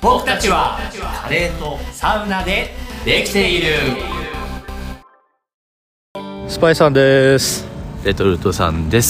僕たちはカレーとサウナでできている。 スパイさんです。 レトルトさんです。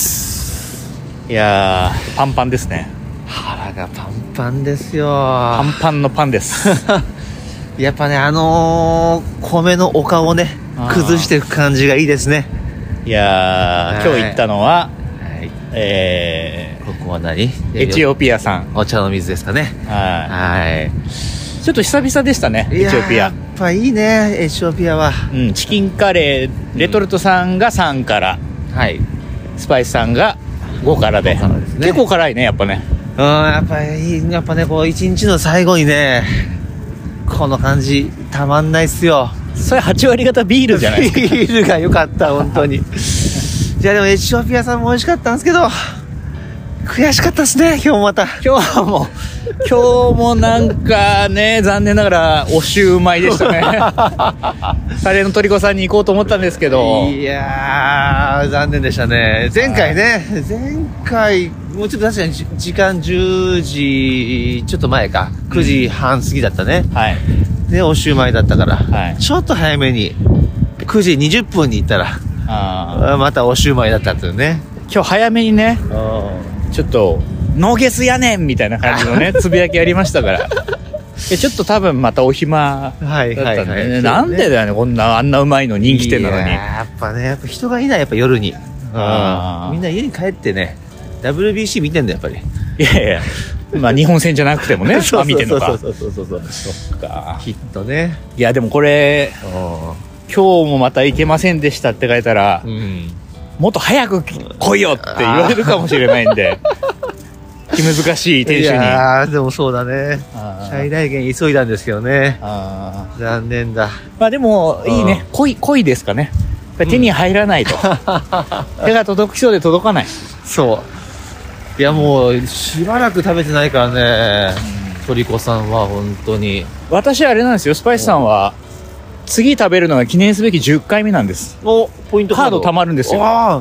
いやー、パンパンですね。 腹がパンパンですよ。 パンパンのパンですやっぱね、米のお顔をね崩していく感じがいいですね。 いやー、今日行ったのは、 ここは何？ エチオピアさん。 お茶の水ですかね。はい。 ちょっと久々でしたね、エチオピア。 やっぱいいね、エチオピアは。 チキンカレー、レトルトさんが3から、 はい。 スパイスさんが5からで、 ですね、 結構辛いね、やっぱね。 やっぱね、こう一日の最後にね、この感じたまんないっすよ。 それ8割方ビールじゃないですか。 ビールが良かった本当に。いやでもエチオピアさんも美味しかったんですけど、悔しかったですね。今日もまた。 今日もなんかね、残念ながらおシューマイでしたね。カレーのトリコさんに行こうと思ったんですけど、 いやー残念でしたね。前回もうちょっと確かに時間10時ちょっと前か、9時半過ぎだったね。 はい。 でおシューマイだったから、 はい、 ちょっと早めに9時20分に行ったらまたおシューマイだったっていうね。 今日早めにね、ちょっとノーゲスやねんみたいな感じのねつぶやきありましたからちょっと多分またお暇だったんでね。なんでだよね、こんなあんなうまいの人気店なのに。 やっぱ人がいない、やっぱ夜に。みんな家に帰ってね WBC 見てんだよやっぱり。 いやいや、まあ日本戦じゃなくてもね見てんのか。 そうそっか、きっとね。 いやでもこれ今日もまた行けませんでしたって書いたら、もっと早く来いよって言われるかもしれないんで気難しい店主に。 いやでもそうだね、最大限急いだんですけどね。残念だ。 まあでもいいね、濃いですかね。手に入らないと、手が届きそうで届かない。 そう、いやもうしばらく食べてないからね、トリコさんは本当に。私あれなんですよ、スパイスさんは次食べるのが記念すべき10回目なんです。 ポイントカード貯まるんですよ。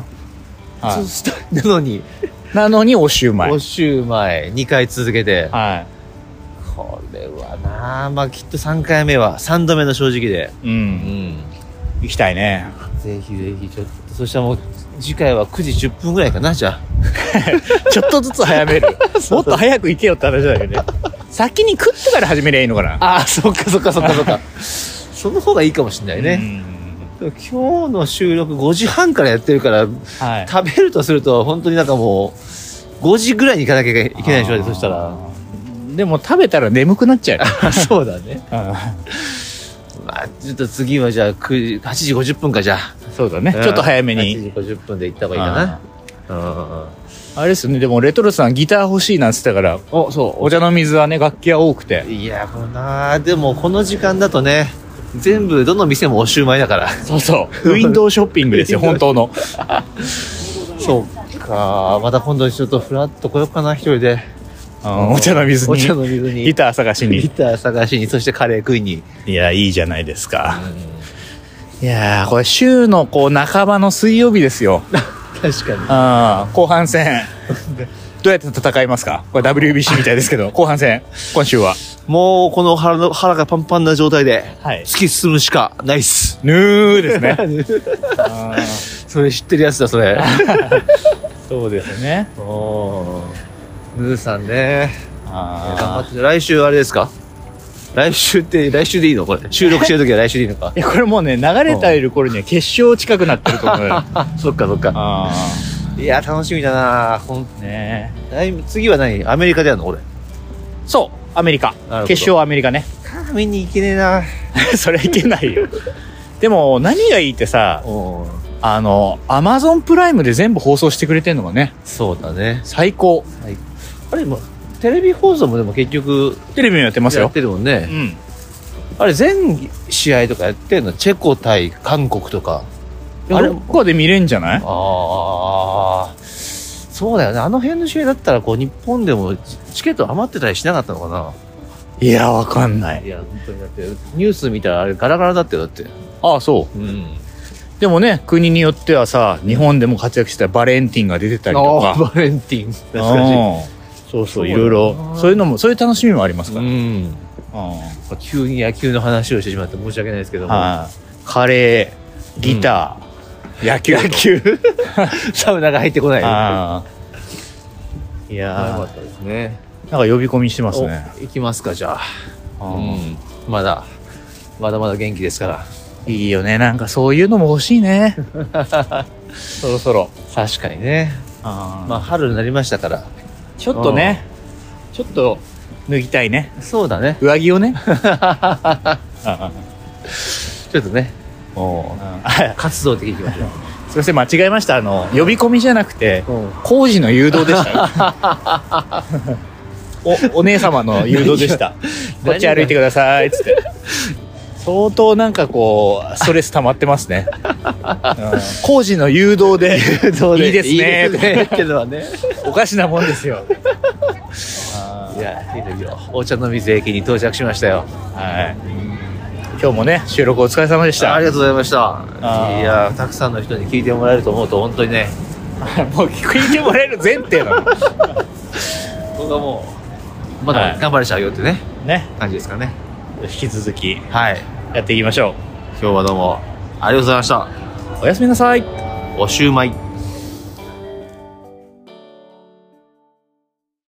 なのにおシューマイ2 回続けて、これはな、まあきっと3回目は3度目の正直で行きたいね。 ぜひぜひ。ちょっとそしたらもう次回は9時10分ぐらいかな。じゃあちょっとずつ早めるもっと早く行けよって話だけどね。先に食ってから始めりゃいいのかな。 そっかその方がいいかもしれないね。今日の収録5時半からやってるから、食べるとすると本当になんかもう5時ぐらいに行かなきゃいけないでしょ。そしたらでも食べたら眠くなっちゃう。 そうだね。まあちょっと次はじゃあ8時50分か。じゃあそうだね、ちょっと早めに 8時50分で行った方がいいかな。 あれですね。でもレトルトさんギター欲しいなんつってたから、お茶の水はね、楽器は多くて。 いやでもこの時間だとね、全部どの店もおシューマイだから。 そうウィンドウショッピングですよ本当の。 そうか、また今度ちょっとフラッと来ようかな、一人で。 お茶の水にギター探しにそしてカレー食いに。 いや、いいじゃないですか。いやこれ週の半ばの水曜日ですよ。 確かに。後半戦どうやって戦いますか。これ WBC みたいですけど後半戦、今週はもうこの腹がパンパンな状態で突き進むしかないっす。 ヌーですね。 それ知ってるやつだそれ。 そうですね。 ヌーさんね、頑張って。来週あれですか。来週でいいのこれ。収録してる時は来週でいいのか。 いやこれもうね、流れている頃には決勝近くなってると思うよ。 そっか。いや楽しみだなね。次は何、アメリカでやるのこれ。 そう、アメリカ決勝。アメリカね。 見に行けねえな。 それはいけないよ。でも何がいいってさ、アマゾンプライムで全部放送してくれてんのがね。 そうだね、 最高。 あれもテレビ放送もでも結局テレビもやってますよ。 やってるもんね。あれ全試合とかやってんの。チェコ対韓国とかあれどこで見れんじゃない。 そうだよね。あの辺の試合だったら日本でもチケット余ってたりしなかったのかな。 いやわかんない。 いや本当にだってニュース見たらあれガラガラだって。だってそう、でもね、国によってはさ、日本でも活躍したバレンティンが出てたりとか。 バレンティン懐かしい。 そういろいろそういうのも、そういう楽しみもありますから。 急に野球の話をしてしまって申し訳ないですけども、 カレー、ギター、野球サウナが入ってこない。 いやー、 よかったですね。 なんか呼び込みしてますね。 行きますか、じゃあ。まだまだ元気ですから。 いいよね、なんかそういうのも欲しいね。そろそろ。 確かにね。まあ春になりましたから、 ちょっとね、ちょっと脱ぎたいね。 そうだね。 上着をね。 ちょっとね、活動的にいきましょう。 すいません、間違えました。呼び込みじゃなくて、工事の誘導でした。お姉様の誘導でした。こっち歩いてくださいっつって。相当なんかこうストレス溜まってますね。工事の誘導でいいですねってのはね、 おかしなもんですよ。 いや、いいですよ。お茶の水駅に到着しましたよ。 はい。今日もね、収録お疲れ様でした。 ありがとうございました。いや、たくさんの人に聞いてもらえると思うと本当にね、 もう聞いてもらえる前提なの。 僕はもうまだ頑張れちゃうよってね、感じですかね。 引き続きはいやっていきましょう。 今日はどうもありがとうございました。 おやすみなさい。 おシューマイ。